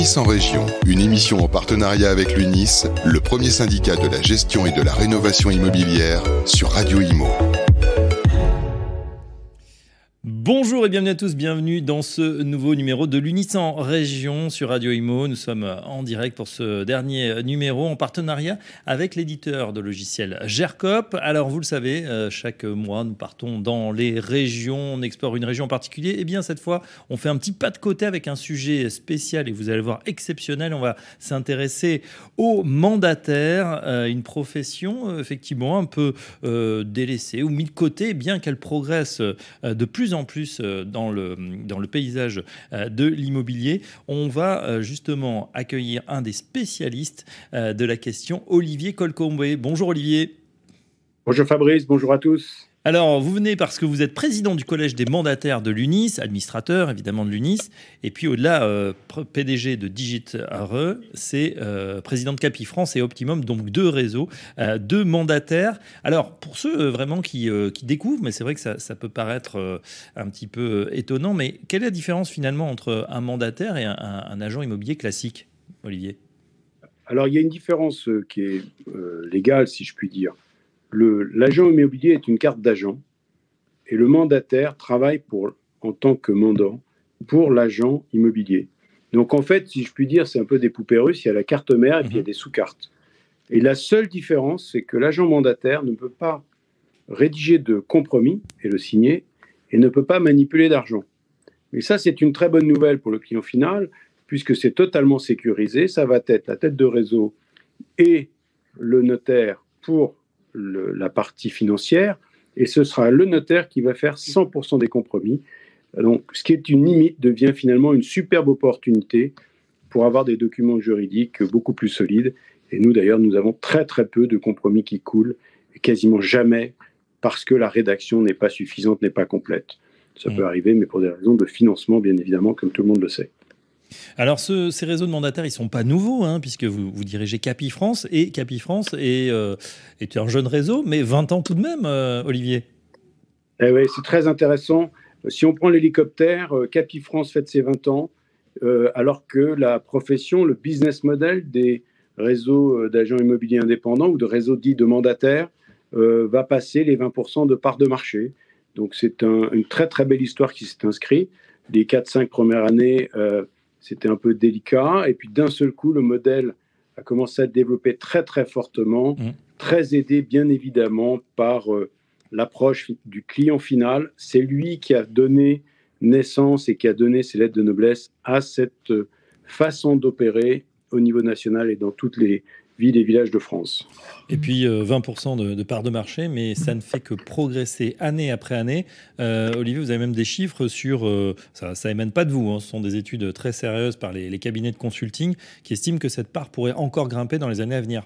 L'UNIS en région, une émission en partenariat avec l'UNIS, le premier syndicat de la gestion et de la rénovation immobilière sur Radio Imo. Bonjour et bienvenue à tous, bienvenue dans ce nouveau numéro de l'UNIS en région sur Radio Imo. Nous sommes en direct pour ce dernier numéro en partenariat avec l'éditeur de logiciels Gercop. Alors vous le savez, chaque mois nous partons dans les régions, on explore une région en particulier. Et bien cette fois, on fait un petit pas de côté avec un sujet spécial et vous allez voir exceptionnel. On va s'intéresser aux mandataires, une profession effectivement un peu délaissée ou mise de côté, bien qu'elle progresse de plus en plus dans le paysage de l'immobilier. On va justement accueillir un des spécialistes de la question, Olivier Colcombé. Bonjour Olivier. Bonjour Fabrice, bonjour à tous. Alors, vous venez parce que vous êtes président du collège des mandataires de l'UNIS, administrateur évidemment de l'UNIS, et puis au-delà, PDG de DigitRE, c'est président de Capifrance et Optimum, donc deux réseaux, deux mandataires. Alors, pour ceux vraiment qui découvrent, mais c'est vrai que ça peut paraître un petit peu étonnant, mais quelle est la différence finalement entre un mandataire et un agent immobilier classique, Olivier ? Alors, il y a une différence qui est légale, si je puis dire. L'agent immobilier est une carte d'agent et le mandataire travaille en tant que mandant pour l'agent immobilier. Donc en fait, si je puis dire, c'est un peu des poupées russes, il y a la carte mère et puis il y a des sous-cartes. Et la seule différence, c'est que l'agent mandataire ne peut pas rédiger de compromis et le signer et ne peut pas manipuler d'argent. Mais ça, c'est une très bonne nouvelle pour le client final puisque c'est totalement sécurisé. Ça va être la tête de réseau et le notaire pour la partie financière, et ce sera le notaire qui va faire 100% des compromis. Donc, ce qui est une limite devient finalement une superbe opportunité pour avoir des documents juridiques beaucoup plus solides. Et nous, d'ailleurs, nous avons très très peu de compromis qui coulent, et quasiment jamais, parce que la rédaction n'est pas suffisante, n'est pas complète. Ça peut arriver, mais pour des raisons de financement, bien évidemment, comme tout le monde le sait. Alors, ces réseaux de mandataires, ils ne sont pas nouveaux, puisque vous dirigez Capifrance, et Capifrance est un jeune réseau, mais 20 ans tout de même, Olivier. Eh oui, c'est très intéressant. Si on prend l'hélicoptère, Capifrance fête ses 20 ans, alors que la profession, le business model des réseaux d'agents immobiliers indépendants ou de réseaux dits de mandataires va passer les 20% de part de marché. Donc, c'est une très, très belle histoire qui s'est inscrite. Les 4-5 premières années, c'était un peu délicat. Et puis, d'un seul coup, le modèle a commencé à se développer très, très fortement, très aidé, bien évidemment, par l'approche du client final. C'est lui qui a donné naissance et qui a donné ses lettres de noblesse à cette façon d'opérer au niveau national et dans toutes les villes et villages de France. Et puis 20% de part de marché, mais ça ne fait que progresser année après année. Olivier, vous avez même des chiffres sur... ça émane pas de vous, ce sont des études très sérieuses par les cabinets de consulting qui estiment que cette part pourrait encore grimper dans les années à venir.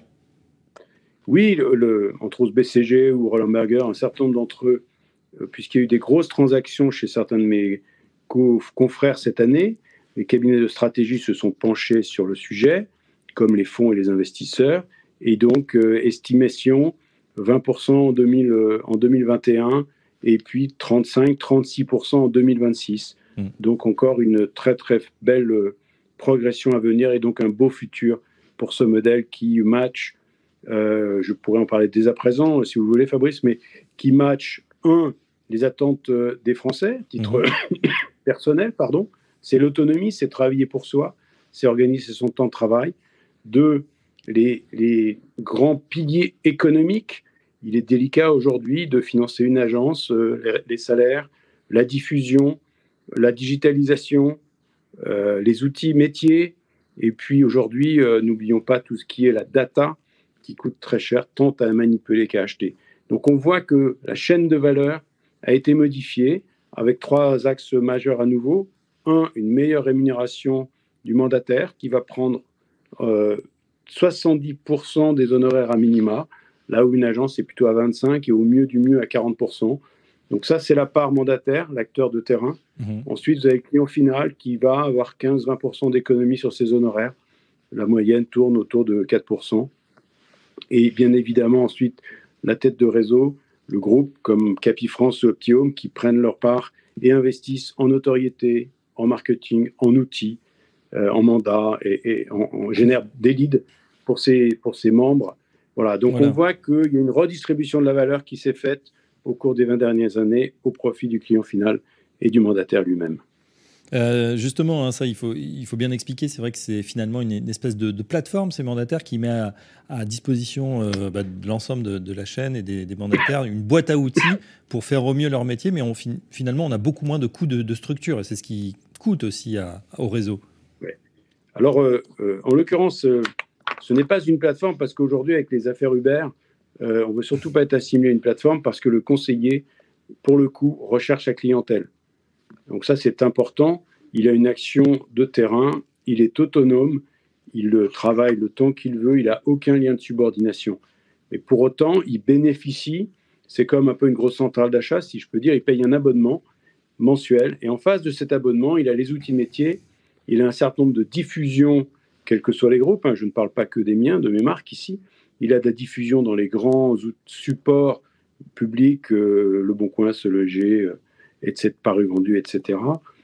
Oui, entre autres BCG ou Roland Berger, un certain nombre d'entre eux, puisqu'il y a eu des grosses transactions chez certains de mes confrères cette année, les cabinets de stratégie se sont penchés sur le sujet, comme les fonds et les investisseurs, et donc estimation 20% en 2021 et puis 35-36% en 2026. Donc encore une très très belle progression à venir et donc un beau futur pour ce modèle qui match, je pourrais en parler dès à présent si vous voulez Fabrice, mais qui match les attentes des Français, titre personnel, c'est l'autonomie, c'est travailler pour soi, c'est organiser son temps de travail. 2, les grands piliers économiques. Il est délicat aujourd'hui de financer une agence, les salaires, la diffusion, la digitalisation, les outils métiers. Et puis aujourd'hui, n'oublions pas tout ce qui est la data, qui coûte très cher, tant à manipuler qu'à acheter. Donc on voit que la chaîne de valeur a été modifiée avec 3 axes majeurs à nouveau. 1, une meilleure rémunération du mandataire qui va prendre 70% des honoraires à minima, là où une agence est plutôt à 25% et au mieux du mieux à 40%. Donc ça, c'est la part mandataire, l'acteur de terrain. Ensuite, vous avez le client final qui va avoir 15-20% d'économie sur ses honoraires. La moyenne tourne autour de 4%. Et bien évidemment, ensuite, la tête de réseau, le groupe comme Capifrance ou Optimum qui prennent leur part et investissent en notoriété, en marketing, en outils, en mandat et on génère des leads pour ses membres. Voilà, donc on voit qu'il y a une redistribution de la valeur qui s'est faite au cours des 20 dernières années au profit du client final et du mandataire lui-même. Justement, hein, ça, il faut bien expliquer. C'est vrai que c'est finalement une espèce de plateforme, ces mandataires, qui met à disposition de l'ensemble de la chaîne et des mandataires une boîte à outils pour faire au mieux leur métier. Mais finalement, on a beaucoup moins de coûts de structure. Et c'est ce qui coûte aussi au réseau. Ouais. Alors, en l'occurrence, ce n'est pas une plateforme parce qu'aujourd'hui, avec les affaires Uber, on ne veut surtout pas être assimilé à une plateforme parce que le conseiller, pour le coup, recherche sa clientèle. Donc ça, c'est important. Il a une action de terrain, il est autonome, il travaille le temps qu'il veut, il n'a aucun lien de subordination. Mais pour autant, il bénéficie, c'est comme un peu une grosse centrale d'achat, si je peux dire, il paye un abonnement mensuel. Et en face de cet abonnement, il a les outils métiers, il a un certain nombre de diffusions, quels que soient les groupes, hein, je ne parle pas que des miens, de mes marques ici, il a de la diffusion dans les grands supports publics, Le Bon Coin, Se Loger, etc., Paru Vendu, etc.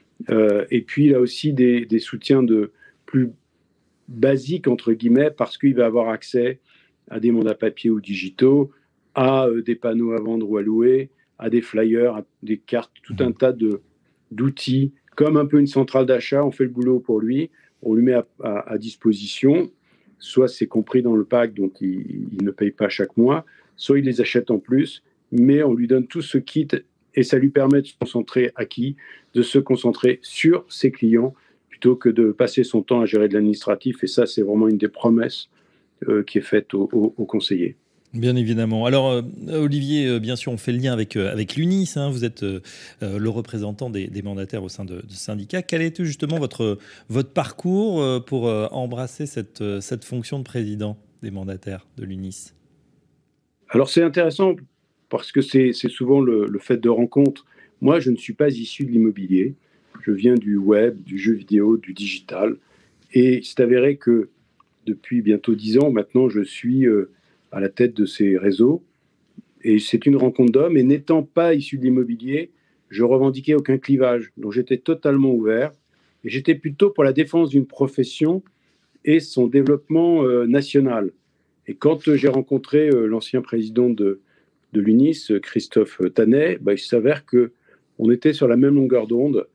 Et puis, il a aussi des soutiens plus basiques, entre guillemets, parce qu'il va avoir accès à des mandats papier ou digitaux, à des panneaux à vendre ou à louer, à des flyers, à des cartes, tout un tas d'outils, comme un peu une centrale d'achat. On fait le boulot pour lui, on lui met à disposition. Soit c'est compris dans le pack, donc il ne paye pas chaque mois, soit il les achète en plus, mais on lui donne tout ce kit et ça lui permet de se concentrer de se concentrer sur ses clients plutôt que de passer son temps à gérer de l'administratif. Et ça, c'est vraiment une des promesses qui est faite aux conseillers. Bien évidemment. Alors, Olivier, bien sûr, on fait le lien avec l'UNIS. Hein. Vous êtes le représentant des mandataires au sein de ce syndicat. Quel était justement votre parcours pour embrasser cette fonction de président des mandataires de l'UNIS ? Alors, c'est intéressant parce que c'est souvent le fait de rencontres. Moi, je ne suis pas issu de l'immobilier. Je viens du web, du jeu vidéo, du digital. Et c'est avéré que depuis bientôt 10 ans, maintenant, je suis à la tête de ces réseaux. Et c'est une rencontre d'hommes. Et n'étant pas issu de l'immobilier, je revendiquais aucun clivage. Donc, j'étais totalement ouvert. Et j'étais plutôt pour la défense d'une profession et son développement national. Et quand j'ai rencontré l'ancien président de l'UNIS, Christophe Tanet, il s'avère qu'on était sur la même longueur d'onde.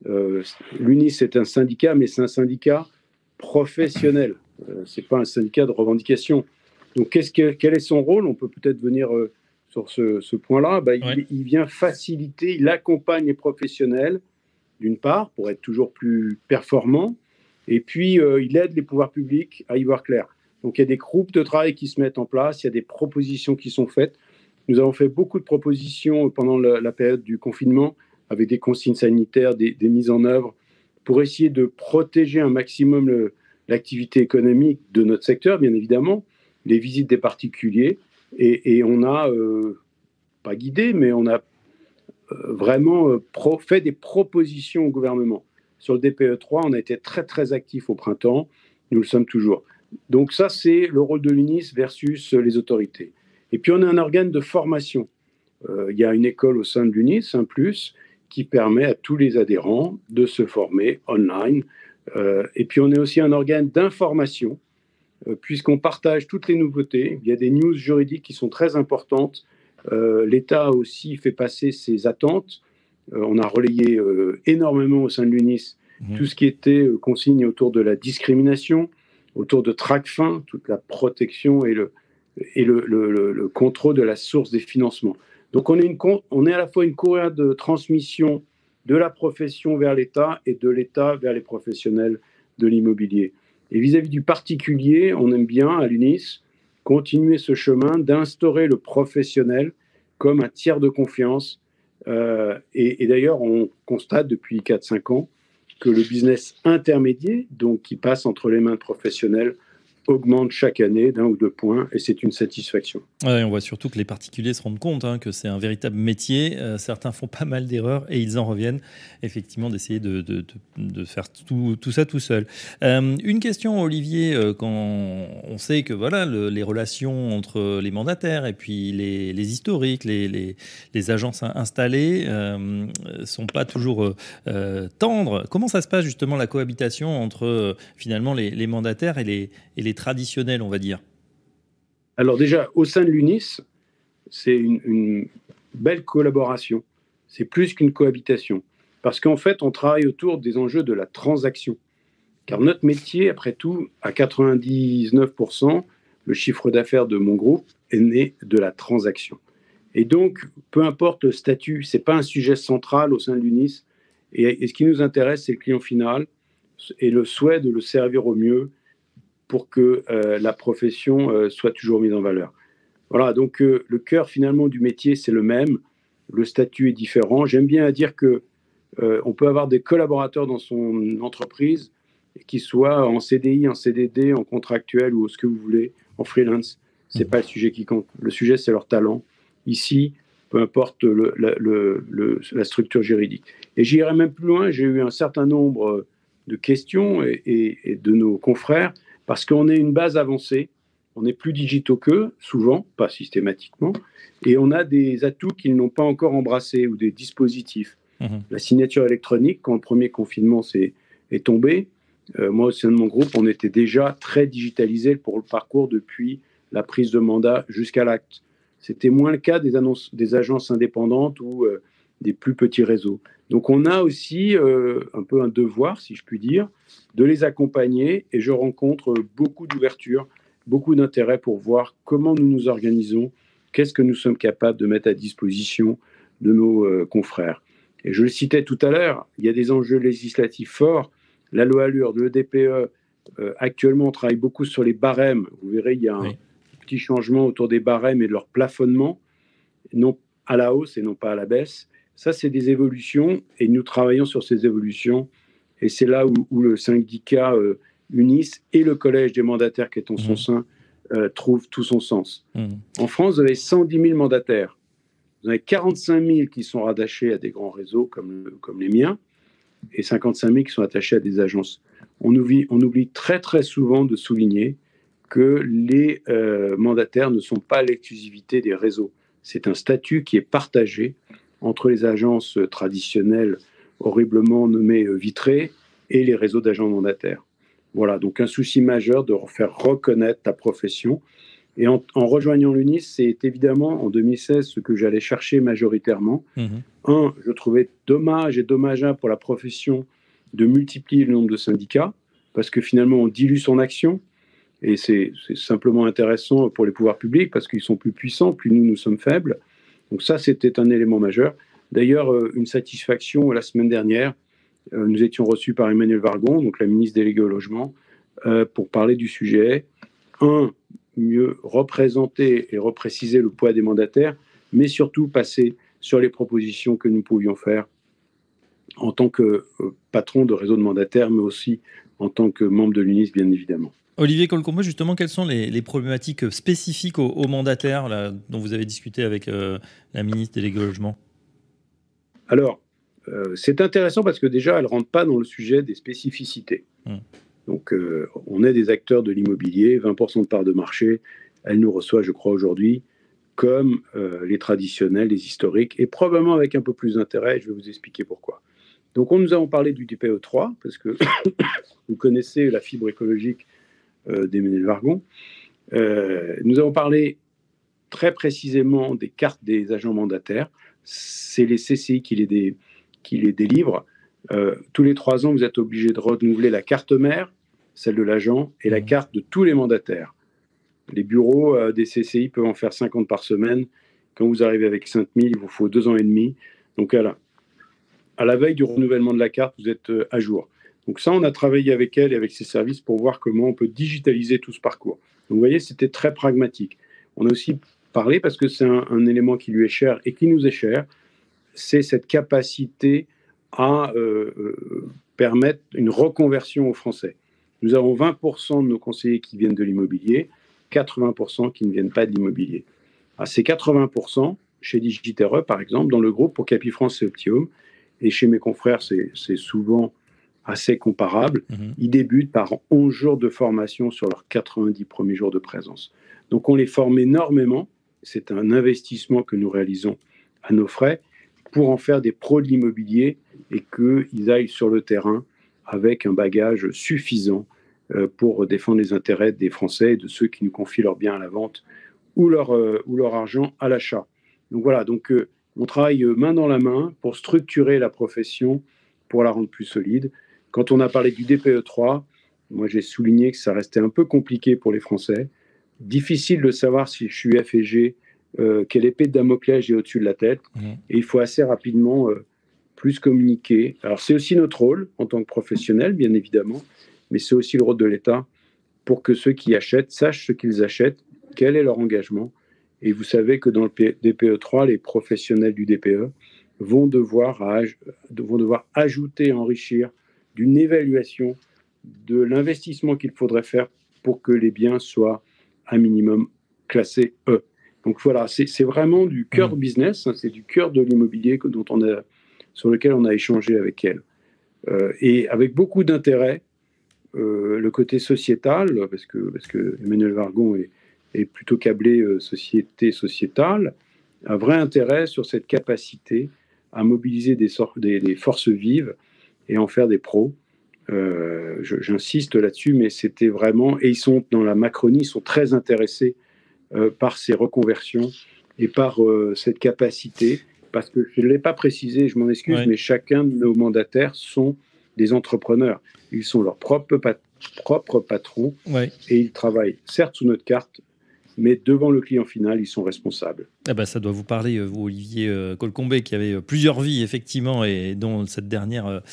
L'UNIS est un syndicat, mais c'est un syndicat professionnel. Ce n'est pas un syndicat de revendication. Donc, quel est son rôle ? On peut peut-être venir sur ce point-là. Il vient faciliter, il accompagne les professionnels, d'une part, pour être toujours plus performants, et puis il aide les pouvoirs publics à y voir clair. Donc, il y a des groupes de travail qui se mettent en place, il y a des propositions qui sont faites. Nous avons fait beaucoup de propositions pendant la période du confinement, avec des consignes sanitaires, des mises en œuvre, pour essayer de protéger un maximum l'activité économique de notre secteur, bien évidemment, les visites des particuliers. Et on a, pas guidé, mais on a vraiment fait des propositions au gouvernement. Sur le DPE3, on a été très, très actifs au printemps. Nous le sommes toujours. Donc ça, c'est le rôle de l'UNIS versus les autorités. Et puis, on a un organe de formation. Il y a une école au sein de l'UNIS, un plus, qui permet à tous les adhérents de se former online. Et puis, on est aussi un organe d'information, puisqu'on partage toutes les nouveautés. Il y a des news juridiques qui sont très importantes. L'État a aussi fait passer ses attentes. On a relayé énormément au sein de l'UNIS tout ce qui était consigne autour de la discrimination, autour de Tracfin, toute la protection et le contrôle de la source des financements. Donc on est à la fois une courrière de transmission de la profession vers l'État et de l'État vers les professionnels de l'immobilier. Et vis-à-vis du particulier, on aime bien à l'UNIS continuer ce chemin d'instaurer le professionnel comme un tiers de confiance. Et d'ailleurs, on constate depuis 4-5 ans que le business intermédiaire, donc qui passe entre les mains de professionnels, augmente chaque année d'1 ou 2 points et c'est une satisfaction. Ouais, on voit surtout que les particuliers se rendent compte que c'est un véritable métier. Certains font pas mal d'erreurs et ils en reviennent effectivement d'essayer de faire tout ça tout seul. Une question, Olivier, quand on sait que voilà, les relations entre les mandataires et puis les historiques, les agences installées sont pas toujours tendres. Comment ça se passe justement la cohabitation entre finalement les mandataires et les traditionnels, on va dire? Alors déjà, au sein de l'UNIS, c'est une belle collaboration. C'est plus qu'une cohabitation. Parce qu'en fait, on travaille autour des enjeux de la transaction. Car notre métier, après tout, à 99%, le chiffre d'affaires de mon groupe est né de la transaction. Et donc, peu importe le statut, ce n'est pas un sujet central au sein de l'UNIS. Et ce qui nous intéresse, c'est le client final et le souhait de le servir au mieux pour que la profession soit toujours mise en valeur. Voilà, donc le cœur finalement du métier, c'est le même. Le statut est différent. J'aime bien à dire qu'on peut avoir des collaborateurs dans son entreprise qui soient en CDI, en CDD, en contractuel ou ce que vous voulez, en freelance. Ce n'est pas le sujet qui compte. Le sujet, c'est leur talent. Ici, peu importe la structure juridique. Et j'irai même plus loin. J'ai eu un certain nombre de questions et de nos confrères parce qu'on est une base avancée, on est plus digitaux qu'eux, souvent, pas systématiquement, et on a des atouts qu'ils n'ont pas encore embrassés ou des dispositifs. La signature électronique, quand le premier confinement est tombé, moi au sein de mon groupe, on était déjà très digitalisé pour le parcours depuis la prise de mandat jusqu'à l'acte. C'était moins le cas des agences indépendantes ou des plus petits réseaux. Donc on a aussi un peu un devoir, si je puis dire, de les accompagner et je rencontre beaucoup d'ouverture, beaucoup d'intérêt pour voir comment nous nous organisons, qu'est-ce que nous sommes capables de mettre à disposition de nos confrères. Et je le citais tout à l'heure, il y a des enjeux législatifs forts. La loi Allure, de l'EDPE, actuellement on travaille beaucoup sur les barèmes. Vous verrez, il y a un petit changement autour des barèmes et de leur plafonnement, non à la hausse et non pas à la baisse. Ça, c'est des évolutions et nous travaillons sur ces évolutions. Et c'est là où le syndicat UNIS et le collège des mandataires qui est en son sein trouvent tout son sens. En France, vous avez 110 000 mandataires. Vous avez 45 000 qui sont rattachés à des grands réseaux comme les miens et 55 000 qui sont attachés à des agences. On oublie très très souvent de souligner que les mandataires ne sont pas l'exclusivité des réseaux. C'est un statut qui est partagé entre les agences traditionnelles horriblement nommées vitrées et les réseaux d'agents mandataires. Voilà, donc un souci majeur de faire reconnaître ta profession. Et en rejoignant l'UNIS, c'est évidemment en 2016 ce que j'allais chercher majoritairement. Je trouvais dommage et dommageable pour la profession de multiplier le nombre de syndicats, parce que finalement on dilue son action, et c'est simplement intéressant pour les pouvoirs publics, parce qu'ils sont plus puissants, plus nous sommes faibles. Donc ça, c'était un élément majeur. D'ailleurs, une satisfaction la semaine dernière, nous étions reçus par Emmanuelle Wargon, donc la ministre déléguée au logement, pour parler du sujet. Mieux représenter et repréciser le poids des mandataires, mais surtout passer sur les propositions que nous pouvions faire en tant que patron de réseau de mandataires, mais aussi en tant que membre de l'UNIS, bien évidemment. Olivier Colcombo, justement, quelles sont les problématiques spécifiques aux mandataires là, dont vous avez discuté avec la ministre déléguée au logement? Alors, c'est intéressant parce que déjà, elle ne rentre pas dans le sujet des spécificités. Donc, on est des acteurs de l'immobilier, 20% de part de marché. Elle nous reçoit, je crois, aujourd'hui, comme les traditionnels, les historiques, et probablement avec un peu plus d'intérêt, et je vais vous expliquer pourquoi. Donc, nous avons parlé du DPE3, parce que vous connaissez la fibre écologique d'Emmanuelle Wargon. Nous avons parlé très précisément des cartes des agents mandataires. C'est les CCI qui les délivrent. Tous les 3 ans, vous êtes obligé de renouveler la carte mère, celle de l'agent, et la carte de tous les mandataires. Les bureaux des CCI peuvent en faire 50 par semaine. Quand vous arrivez avec 5 000, il vous faut 2 ans et demi. Donc, à la veille du renouvellement de la carte, vous êtes à jour. Donc ça, on a travaillé avec elle et avec ses services pour voir comment on peut digitaliser tout ce parcours. Donc, vous voyez, c'était très pragmatique. On a aussi parlé, parce que c'est un élément qui lui est cher et qui nous est cher, c'est cette capacité à permettre une reconversion aux Français. Nous avons 20% de nos conseillers qui viennent de l'immobilier, 80% qui ne viennent pas de l'immobilier. Ces 80%, chez Digiterre, par exemple, dans le groupe pour Capifrance et Optium, et chez mes confrères, c'est souvent assez comparable, ils débutent par 11 jours de formation sur leurs 90 premiers jours de présence. Donc on les forme énormément, c'est un investissement que nous réalisons à nos frais, pour en faire des pros de l'immobilier et qu'ils aillent sur le terrain avec un bagage suffisant pour défendre les intérêts des Français et de ceux qui nous confient leurs biens à la vente ou leur argent à l'achat. Donc voilà, on travaille main dans la main pour structurer la profession, pour la rendre plus solide. Quand on a parlé du DPE3, moi j'ai souligné que ça restait un peu compliqué pour les Français. Difficile de savoir si je suis F et G, quelle épée de Damoclès j'ai au-dessus de la tête. Et il faut assez rapidement plus communiquer. Alors c'est aussi notre rôle en tant que professionnel, bien évidemment, mais c'est aussi le rôle de l'État pour que ceux qui achètent sachent ce qu'ils achètent, quel est leur engagement. Et vous savez que dans le DPE3, les professionnels du DPE vont devoir ajouter, enrichir d'une évaluation de l'investissement qu'il faudrait faire pour que les biens soient un minimum classés E. Donc voilà, c'est vraiment du cœur business, c'est du cœur de l'immobilier sur lequel on a échangé avec elle. Et avec beaucoup d'intérêt, le côté sociétal, parce que Emmanuel Vargon est plutôt câblé société sociétale, un vrai intérêt sur cette capacité à mobiliser des forces vives et en faire des pros. J'insiste là-dessus, mais c'était vraiment... Et ils sont, dans la Macronie, ils sont très intéressés par ces reconversions et par cette capacité, parce que je ne l'ai pas précisé, je m'en excuse, mais chacun de nos mandataires sont des entrepreneurs. Ils sont leurs propres patrons et ils travaillent certes sous notre carte, mais devant le client final, ils sont responsables. Ça doit vous parler, vous, Olivier Colcombet, qui avait plusieurs vies, effectivement, et dont cette dernière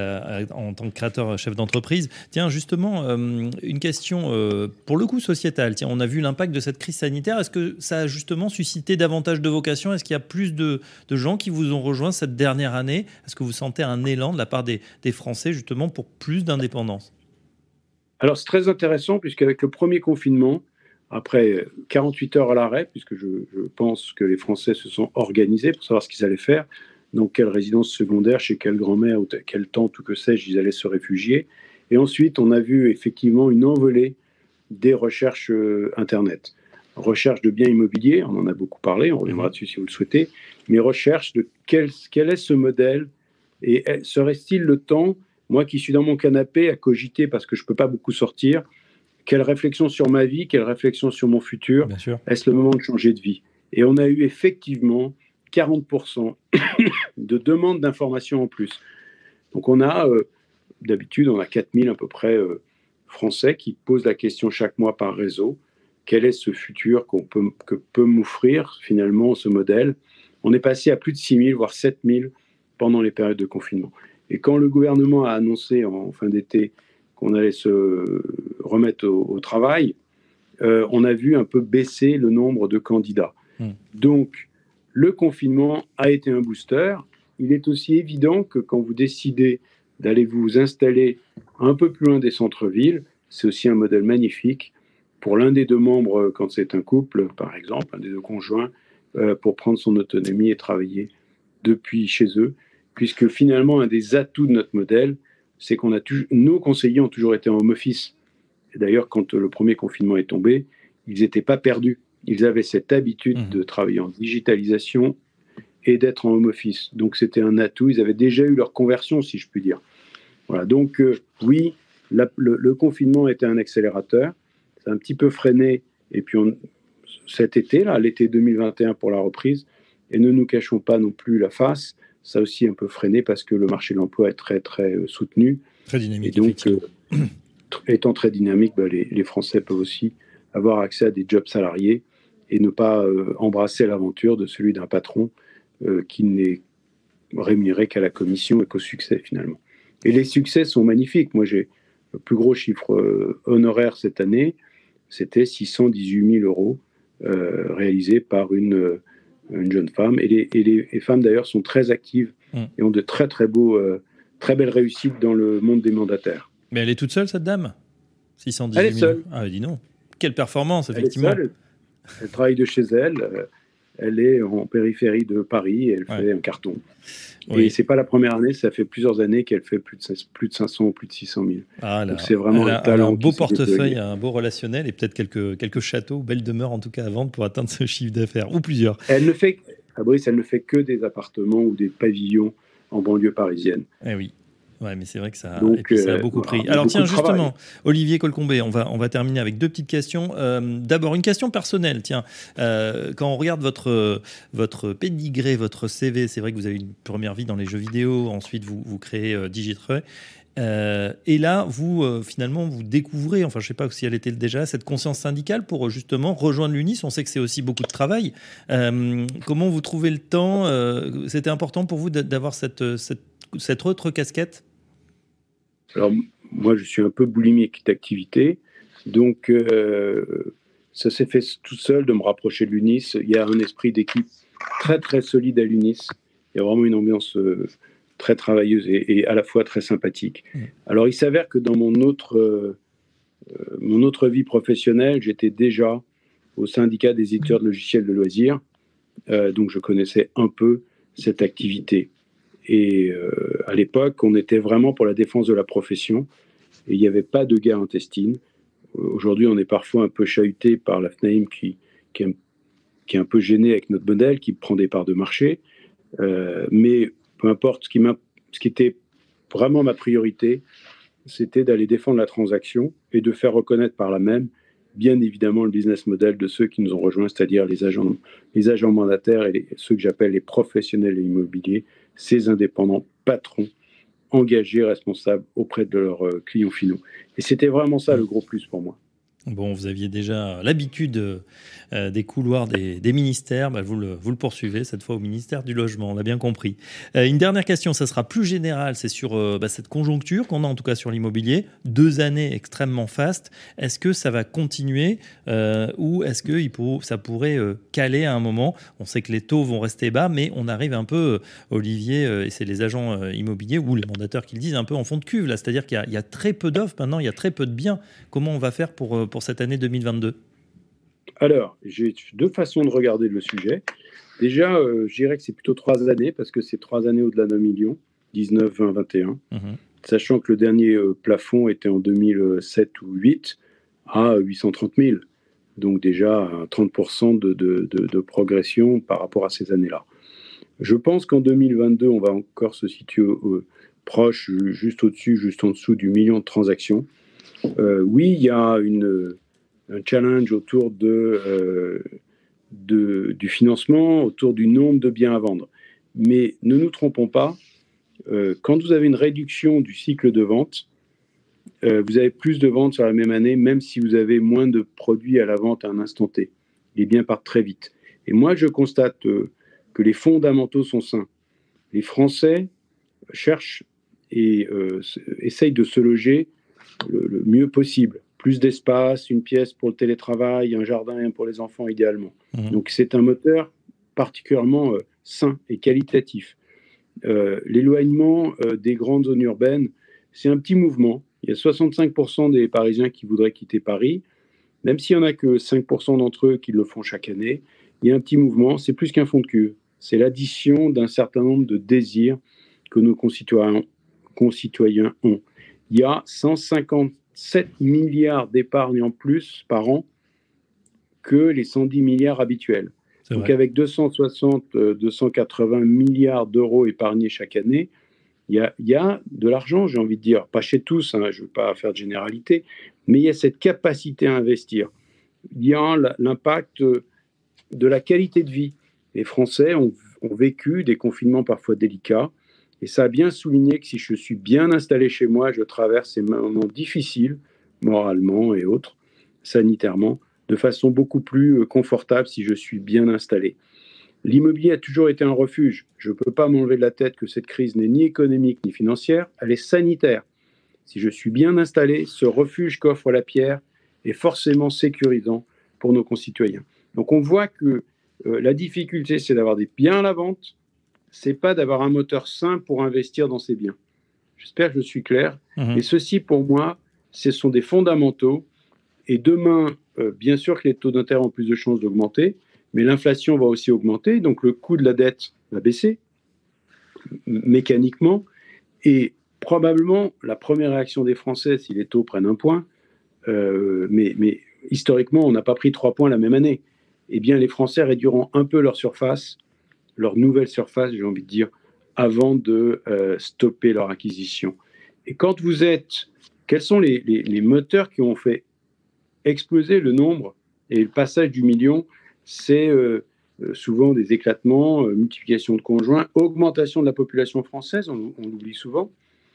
en tant que créateur chef d'entreprise. Tiens, justement, une question pour le coup sociétale. Tiens, on a vu l'impact de cette crise sanitaire. Est-ce que ça a justement suscité davantage de vocations ? Est-ce qu'il y a plus de gens qui vous ont rejoint cette dernière année ? Est-ce que vous sentez un élan de la part des Français, justement, pour plus d'indépendance ? Alors, c'est très intéressant, puisqu'avec le premier confinement, après 48 heures à l'arrêt, puisque je pense que les Français se sont organisés pour savoir ce qu'ils allaient faire, dans quelle résidence secondaire, chez quelle grand-mère, ou quelle tante, ou que sais-je, ils allaient se réfugier. Et ensuite, on a vu effectivement une envolée des recherches Internet. Recherche de biens immobiliers, on en a beaucoup parlé, on reviendra dessus si vous le souhaitez, mais recherche de quel est ce modèle, et serait-il le temps, moi qui suis dans mon canapé à cogiter parce que je ne peux pas beaucoup sortir, quelle réflexion sur ma vie, quelle réflexion sur mon futur, est-ce le moment de changer de vie ? Et on a eu effectivement 40% de demandes d'informations en plus. Donc on a, d'habitude, on a 4000 à peu près Français qui posent la question chaque mois par réseau. Quel est ce futur que peut m'offrir finalement ce modèle ? On est passé à plus de 6000, voire 7000 pendant les périodes de confinement. Et quand le gouvernement a annoncé en fin d'été qu'on allait se remettre au travail, on a vu un peu baisser le nombre de candidats. Donc, le confinement a été un booster. Il est aussi évident que quand vous décidez d'aller vous installer un peu plus loin des centres-villes, c'est aussi un modèle magnifique pour l'un des deux membres, quand c'est un couple, par exemple, un des deux conjoints, pour prendre son autonomie et travailler depuis chez eux, puisque finalement, un des atouts de notre modèle, c'est nos conseillers ont toujours été en home office. Et d'ailleurs, quand le premier confinement est tombé, ils n'étaient pas perdus. Ils avaient cette habitude de travailler en digitalisation et d'être en home office. Donc, c'était un atout. Ils avaient déjà eu leur conversion, si je puis dire. Voilà. Donc, oui, le confinement était un accélérateur. Ça a un petit peu freiné. Et puis, cet été, l'été 2021 pour la reprise, et ne nous cachons pas non plus la face, ça a aussi un peu freiné parce que le marché de l'emploi est très, très soutenu. Très dynamique. Et donc, étant très dynamique, les Français peuvent aussi avoir accès à des jobs salariés et ne pas embrasser l'aventure de celui d'un patron qui n'est rémunéré qu'à la commission et qu'au succès, finalement. Et les succès sont magnifiques. Moi, j'ai le plus gros chiffre honoraire cette année, c'était 618 000 euros réalisés par une jeune femme. Et les femmes, d'ailleurs, sont très actives et ont de très, très belles réussites dans le monde des mandataires. Mais elle est toute seule, cette dame ? 618 Elle est 000. seule. Ah, dis donc. Quelle performance, Elle est effectivement. seule. Elle travaille de chez elle. Elle est en périphérie de Paris et elle fait un carton. Oui. Et c'est pas la première année, ça fait plusieurs années qu'elle fait plus de 500 ou plus de 600 000. Ah là, donc c'est vraiment un talent. Elle a un beau qui s'est portefeuille, déployé. un beau relationnel et peut-être quelques châteaux, belles demeures en tout cas à vendre pour atteindre ce chiffre d'affaires, ou plusieurs. Fabrice, elle ne fait que des appartements ou des pavillons en banlieue parisienne. Eh oui. Ouais, mais c'est vrai que ça, Donc, et puis ça a beaucoup pris. Alors beaucoup tiens, de travail. justement, Olivier Colcombet, on va terminer avec deux petites questions. D'abord, une question personnelle. Tiens, quand on regarde votre pédigré, votre CV, c'est vrai que vous avez une première vie dans les jeux vidéo, ensuite vous créez Digitray. Et là, finalement, vous découvrez, enfin, je ne sais pas si elle était déjà, cette conscience syndicale pour justement rejoindre l'UNIS. On sait que c'est aussi beaucoup de travail. Comment vous trouvez le temps C'était important pour vous d'avoir cette autre casquette? Alors, moi, je suis un peu boulimique d'activité. Donc, ça s'est fait tout seul de me rapprocher de l'UNIS. Il y a un esprit d'équipe très, très solide à l'UNIS. Il y a vraiment une ambiance très travailleuse et à la fois très sympathique. Alors, il s'avère que dans mon autre vie professionnelle, j'étais déjà au syndicat des éditeurs de logiciels de loisirs. Donc, je connaissais un peu cette activité. Et à l'époque, on était vraiment pour la défense de la profession. Et il n'y avait pas de guerre intestine. Aujourd'hui, on est parfois un peu chahuté par la FNAIM qui est un peu gêné avec notre modèle, qui prend des parts de marché. Mais peu importe, ce qui était vraiment ma priorité, c'était d'aller défendre la transaction et de faire reconnaître par là même, bien évidemment, le business model de ceux qui nous ont rejoints, c'est-à-dire les agents mandataires et ceux que j'appelle les professionnels immobiliers, ces indépendants patrons, engagés, responsables auprès de leurs clients finaux. Et c'était vraiment ça le gros plus pour moi. Bon, vous aviez déjà l'habitude des couloirs des ministères. Vous le poursuivez cette fois au ministère du Logement, on l'a bien compris. Une dernière question, ça sera plus général, c'est sur cette conjoncture qu'on a en tout cas sur l'immobilier. 2 années extrêmement fastes. Est-ce que ça va continuer ou est-ce que ça pourrait caler à un moment? On sait que les taux vont rester bas, mais on arrive un peu, Olivier, et c'est les agents immobiliers ou les mandateurs qui le disent, un peu en fond de cuve. Là. C'est-à-dire qu'il y a très peu d'offres maintenant, il y a très peu de biens. Comment on va faire pour cette année 2022? Alors, j'ai 2 façons de regarder le sujet. Déjà, je dirais que c'est plutôt 3 années, parce que c'est 3 années au-delà d'1 million, 19, 20, 21. Sachant que le dernier plafond était en 2007 ou 2008 à 830 000. Donc déjà 30% de progression par rapport à ces années-là. Je pense qu'en 2022, on va encore se situer proche, juste au-dessus, juste en dessous du million de transactions. Oui, il y a un challenge autour du financement, autour du nombre de biens à vendre. Mais ne nous trompons pas, quand vous avez une réduction du cycle de vente, vous avez plus de ventes sur la même année, même si vous avez moins de produits à la vente à un instant T. Les biens partent très vite. Et moi, je constate que les fondamentaux sont sains. Les Français cherchent et essayent de se loger le mieux possible. Plus d'espace, une pièce pour le télétravail, un jardin et un pour les enfants idéalement. Donc c'est un moteur particulièrement sain et qualitatif. L'éloignement des grandes zones urbaines, c'est un petit mouvement. Il y a 65% des Parisiens qui voudraient quitter Paris, même s'il n'y en a que 5% d'entre eux qui le font chaque année. Il y a un petit mouvement, c'est plus qu'un fond de cuve. C'est l'addition d'un certain nombre de désirs que nos concitoyens ont. Il y a 157 milliards d'épargne en plus par an que les 110 milliards habituels. Donc avec 280 milliards d'euros épargnés chaque année, il y a de l'argent, j'ai envie de dire. Pas chez tous, je ne veux pas faire de généralité, mais il y a cette capacité à investir. Il y a l'impact de la qualité de vie. Les Français ont vécu des confinements parfois délicats. Et ça a bien souligné que si je suis bien installé chez moi, je traverse ces moments difficiles, moralement et autres, sanitairement, de façon beaucoup plus confortable si je suis bien installé. L'immobilier a toujours été un refuge. Je ne peux pas m'enlever de la tête que cette crise n'est ni économique ni financière, elle est sanitaire. Si je suis bien installé, ce refuge qu'offre la pierre est forcément sécurisant pour nos concitoyens. Donc on voit que la difficulté, c'est d'avoir des biens à la vente, c'est pas d'avoir un moteur sain pour investir dans ces biens. J'espère que je suis clair. Et ceci, pour moi, ce sont des fondamentaux. Et demain, bien sûr que les taux d'intérêt ont plus de chances d'augmenter, mais l'inflation va aussi augmenter, donc le coût de la dette va baisser mécaniquement. Et probablement, la première réaction des Français, si les taux prennent 1 point, mais historiquement, on n'a pas pris 3 points la même année, eh bien, les Français réduiront un peu leur surface, leur nouvelle surface, j'ai envie de dire, avant de stopper leur acquisition. Et quand vous êtes... Quels sont les moteurs qui ont fait exploser le nombre et le passage du million? C'est souvent des éclatements, multiplication de conjoints, augmentation de la population française, on l'oublie souvent.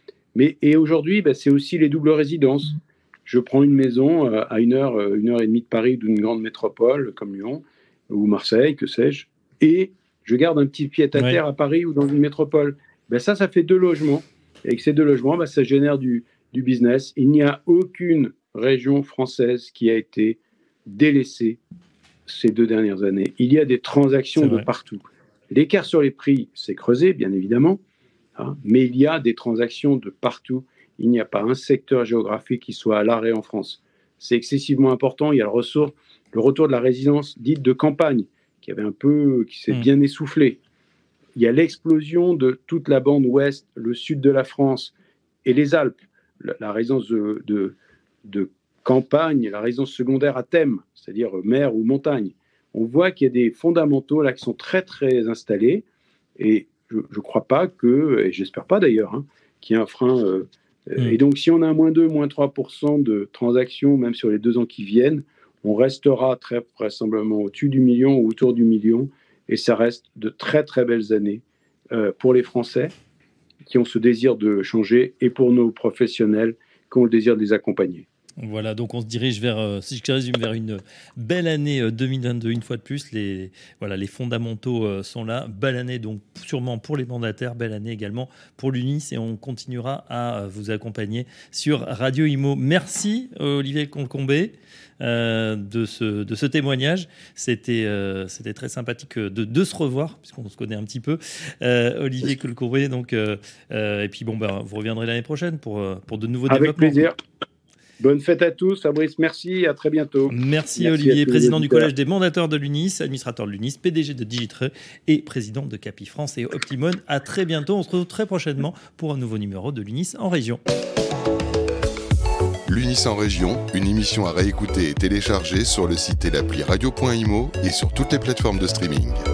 Et aujourd'hui, c'est aussi les doubles résidences. Je prends une maison à 1 heure et demie de Paris, d'une grande métropole comme Lyon ou Marseille, que sais-je, et je garde un petit pied-à-terre à Paris ou dans une métropole. Ça fait 2 logements. Et avec ces 2 logements, ça génère du business. Il n'y a aucune région française qui a été délaissée ces 2 dernières années. Il y a des transactions de partout. L'écart sur les prix s'est creusé, bien évidemment, mais il y a des transactions de partout. Il n'y a pas un secteur géographique qui soit à l'arrêt en France. C'est excessivement important. Il y a le retour de la résidence dite de campagne, qui s'est bien essoufflée. Il y a l'explosion de toute la bande ouest, le sud de la France et les Alpes. La résidence de campagne, la résidence secondaire à thème, c'est-à-dire mer ou montagne. On voit qu'il y a des fondamentaux là qui sont très, très installés. Et je ne crois pas et j'espère pas d'ailleurs, qu'il y ait un frein. Et donc, si on a un -2, -3% de transactions, même sur les 2 ans qui viennent, on restera très vraisemblablement au-dessus du million ou autour du million. Et ça reste de très, très belles années pour les Français qui ont ce désir de changer et pour nos professionnels qui ont le désir de les accompagner. Voilà, donc on se dirige vers, si je résume, vers une belle année 2022, une fois de plus. Les fondamentaux sont là. Belle année, donc sûrement pour les mandataires, belle année également pour l'UNIS, et on continuera à vous accompagner sur Radio Imo. Merci Olivier Colcombé de ce témoignage. C'était très sympathique de se revoir, puisqu'on se connaît un petit peu. Olivier Colcombé, donc, et puis vous reviendrez l'année prochaine pour de nouveaux développements. Avec plaisir. Bonne fête à tous. Fabrice, merci. À très bientôt. Merci Olivier, président du Collège des mandateurs de l'UNIS, administrateur de l'UNIS, PDG de Digitre et président de Capifrance et Optimon. À très bientôt. On se retrouve très prochainement pour un nouveau numéro de l'UNIS en région. L'UNIS en région, une émission à réécouter et télécharger sur le site et l'appli radio.imo et sur toutes les plateformes de streaming.